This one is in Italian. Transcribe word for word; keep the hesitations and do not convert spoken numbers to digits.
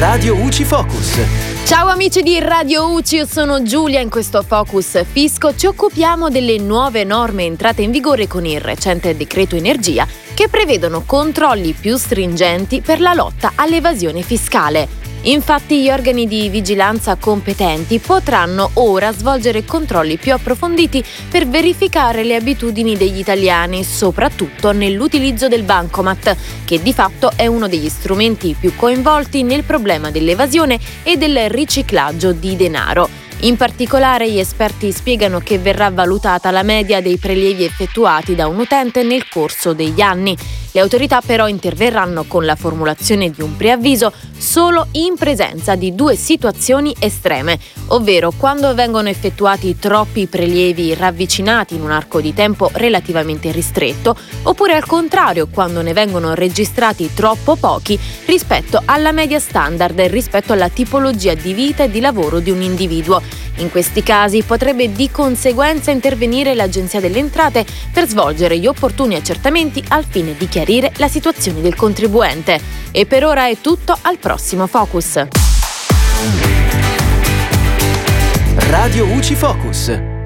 Radio U C I Focus. Ciao amici di Radio U C I, io sono Giulia. In questo Focus Fisco ci occupiamo delle nuove norme entrate in vigore con il recente decreto energia che prevedono controlli più stringenti per la lotta all'evasione fiscale. Infatti gli organi di vigilanza competenti potranno ora svolgere controlli più approfonditi per verificare le abitudini degli italiani, soprattutto nell'utilizzo del bancomat, che di fatto è uno degli strumenti più coinvolti nel problema dell'evasione e del riciclaggio di denaro. In particolare gli esperti spiegano che verrà valutata la media dei prelievi effettuati da un utente nel corso degli anni. Le autorità però interverranno con la formulazione di un preavviso solo in presenza di due situazioni estreme, ovvero quando vengono effettuati troppi prelievi ravvicinati in un arco di tempo relativamente ristretto, oppure al contrario quando ne vengono registrati troppo pochi rispetto alla media standard e rispetto alla tipologia di vita e di lavoro di un individuo. In questi casi potrebbe di conseguenza intervenire l'Agenzia delle Entrate per svolgere gli opportuni accertamenti al fine di chiarire la situazione del contribuente. E per ora è tutto, al prossimo Focus. Radio U C I Focus.